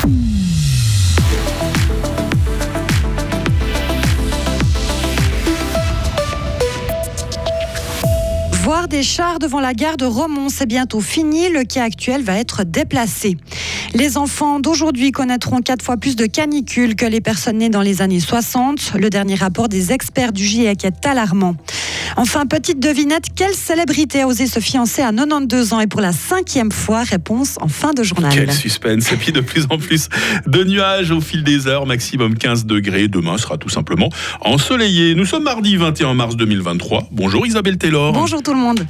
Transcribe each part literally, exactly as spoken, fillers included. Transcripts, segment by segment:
Voir des chars devant la gare de Romont, c'est bientôt fini. Le quai actuel va être déplacé. Les enfants d'aujourd'hui connaîtront quatre fois plus de canicules que les personnes nées dans les années soixante. Le dernier rapport des experts du GIEC est alarmant. Enfin, petite devinette, quelle célébrité a osé se fiancer à quatre-vingt-douze ans et pour la cinquième fois? Réponse en fin de journal. Quel suspense. Et puis de plus en plus de nuages au fil des heures, maximum quinze degrés. Demain sera tout simplement ensoleillé. Nous sommes mardi vingt et un mars deux mille vingt-trois. Bonjour Isabelle Taylor. Bonjour tout le monde.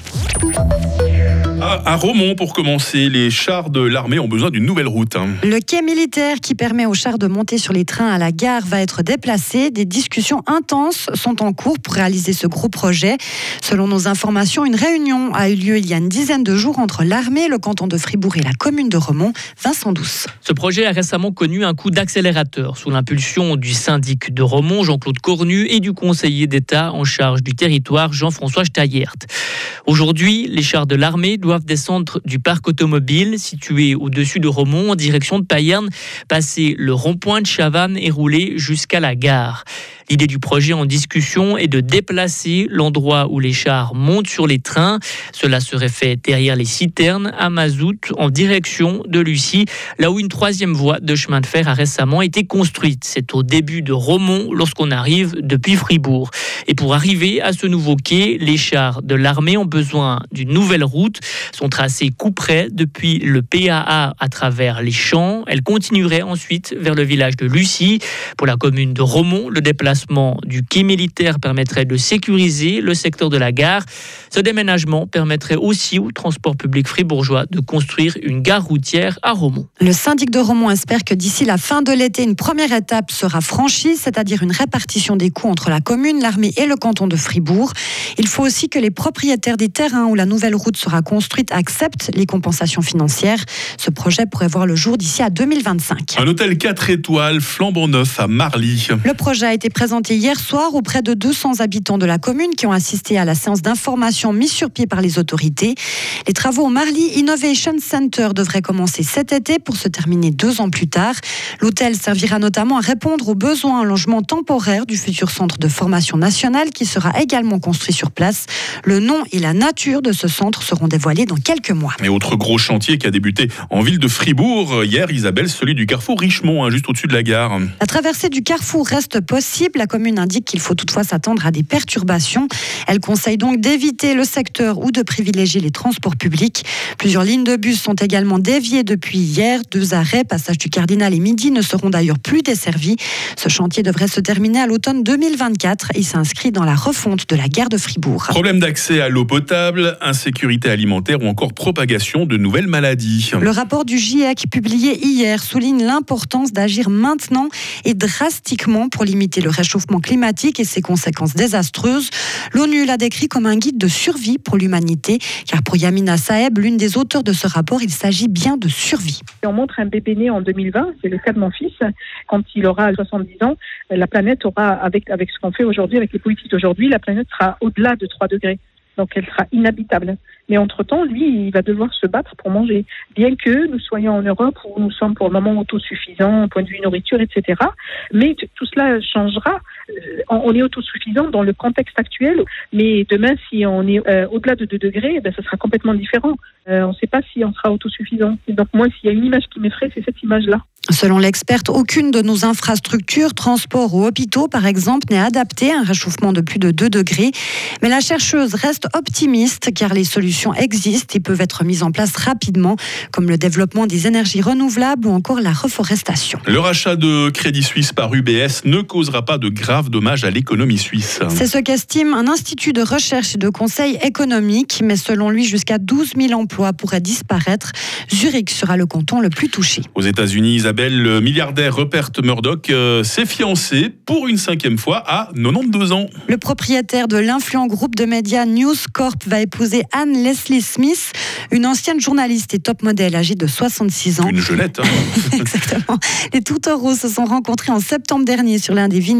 À Romont, pour commencer, les chars de l'armée ont besoin d'une nouvelle route. Le quai militaire qui permet aux chars de monter sur les trains à la gare va être déplacé. Des discussions intenses sont en cours pour réaliser ce gros projet. Selon nos informations, une réunion a eu lieu il y a une dizaine de jours entre l'armée, le canton de Fribourg et la commune de Romont. Vincent Douce. Ce projet a récemment connu un coup d'accélérateur sous l'impulsion du syndic de Romont, Jean-Claude Cornu, et du conseiller d'État en charge du territoire, Jean-François Steyert. Aujourd'hui, les chars de l'armée doivent descendre du parc automobile situé au-dessus de Romont en direction de Payerne, passer le rond-point de Chavannes et rouler jusqu'à la gare. L'idée du projet en discussion est de déplacer l'endroit où les chars montent sur les trains. Cela serait fait derrière les citernes à mazout en direction de Lucie, là où une troisième voie de chemin de fer a récemment été construite. C'est au début de Romont lorsqu'on arrive depuis Fribourg. Et pour arriver à ce nouveau quai, les chars de l'armée ont besoin d'une nouvelle route. Son tracé couperait depuis le P A A à travers les champs. Elle continuerait ensuite vers le village de Lucie. Pour la commune de Romont, le déplacement du quai militaire permettrait de sécuriser le secteur de la gare. Ce déménagement permettrait aussi au transport public fribourgeois de construire une gare routière à Romont. Le syndic de Romont espère que d'ici la fin de l'été, une première étape sera franchie, c'est-à-dire une répartition des coûts entre la commune, l'armée et le canton de Fribourg. Il faut aussi que les propriétaires des terrains où la nouvelle route sera construite acceptent les compensations financières. Ce projet pourrait voir le jour d'ici à deux mille vingt-cinq. Un hôtel quatre étoiles flambant neuf à Marly. Le projet a été présenté hier soir auprès de deux cents habitants de la commune qui ont assisté à la séance d'information mise sur pied par les autorités. Les travaux au Marly Innovation Center devraient commencer cet été pour se terminer deux ans plus tard. L'hôtel servira notamment à répondre aux besoins en logement temporaire du futur centre de formation nationale qui sera également construit sur place. Le nom et la nature de ce centre seront dévoilés dans quelques mois. Et autre gros chantier qui a débuté en ville de Fribourg hier, Isabelle, celui du carrefour Richemont, hein, juste au-dessus de la gare. La traversée du carrefour reste possible. La commune indique qu'il faut toutefois s'attendre à des perturbations. Elle conseille donc d'éviter le secteur ou de privilégier les transports publics. Plusieurs lignes de bus sont également déviées depuis hier. Deux arrêts, passage du Cardinal et Midi, ne seront d'ailleurs plus desservis. Ce chantier devrait se terminer à l'automne deux mille vingt-quatre. Il s'inscrit dans la refonte de la gare de Fribourg. Problème d'accès à l'eau potable, insécurité alimentaire ou encore propagation de nouvelles maladies. Le rapport du GIEC publié hier souligne l'importance d'agir maintenant et drastiquement pour limiter le réchauffement climatique et ses conséquences désastreuses. L'ONU l'a décrit comme un guide de survie pour l'humanité, car pour Yamina Saeb, l'une des auteurs de ce rapport, il s'agit bien de survie. On montre un bébé né en deux mille vingt, c'est le cas de mon fils. Quand il aura soixante-dix ans, la planète aura, avec, avec ce qu'on fait aujourd'hui, avec les politiques d'aujourd'hui, la planète sera au-delà de trois degrés. Donc elle sera inhabitable. Mais entre-temps, lui, il va devoir se battre pour manger. Bien que nous soyons en Europe où nous sommes pour le moment autosuffisants au point de vue nourriture, et cetera. Mais t- tout cela changera. Euh, on est autosuffisant dans le contexte actuel. Mais demain, si on est euh, au-delà de deux degrés, ben, ça sera complètement différent. Euh, on ne sait pas si on sera autosuffisant. Et donc moi, s'il y a une image qui m'effraie, c'est cette image-là. Selon l'experte, aucune de nos infrastructures, transports ou hôpitaux, par exemple, n'est adaptée à un réchauffement de plus de deux degrés. Mais la chercheuse reste optimiste car les solutions existent et peuvent être mises en place rapidement, comme le développement des énergies renouvelables ou encore la reforestation. Le rachat de Crédit Suisse par U B S ne causera pas de graves dommages à l'économie suisse. C'est ce qu'estime un institut de recherche et de conseil économique, mais selon lui, jusqu'à douze mille emplois pourraient disparaître. Zurich sera le canton le plus touché. Aux États-Unis, Isabelle, le milliardaire Rupert Murdoch euh, s'est fiancé pour une cinquième fois à quatre-vingt-douze ans. Le propriétaire de l'influent groupe de médias News Corp va épouser Anne Leslie Smith, une ancienne journaliste et top modèle âgée de soixante-six ans. Une jeunette. Hein. Exactement. Les tourtereaux se sont rencontrés en septembre dernier sur l'un des vignobles qu'a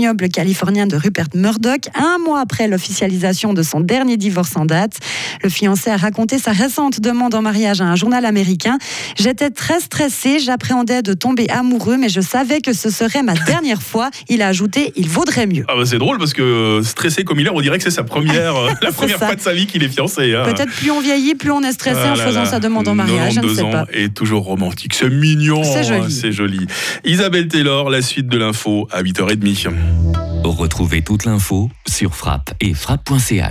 californien de Rupert Murdoch, un mois après l'officialisation de son dernier divorce en date. Le fiancé a raconté sa récente demande en mariage à un journal américain. « J'étais très stressé, j'appréhendais de tomber amoureux, mais je savais que ce serait ma dernière fois. » Il a ajouté « Il vaudrait mieux. » Ah bah c'est drôle parce que stressé comme il est, on dirait que c'est sa première, la première ça. fois de sa vie qu'il est fiancé. Hein. Peut-être plus on vieillit, plus on est stressé ah en là faisant là. sa demande en mariage, je ne sais ans pas. Et toujours romantique, c'est mignon, C'est joli. Hein, c'est joli. Isabelle Taylor, la suite de l'info à huit heures trente. Retrouvez toute l'info sur frappe et frappe point c h.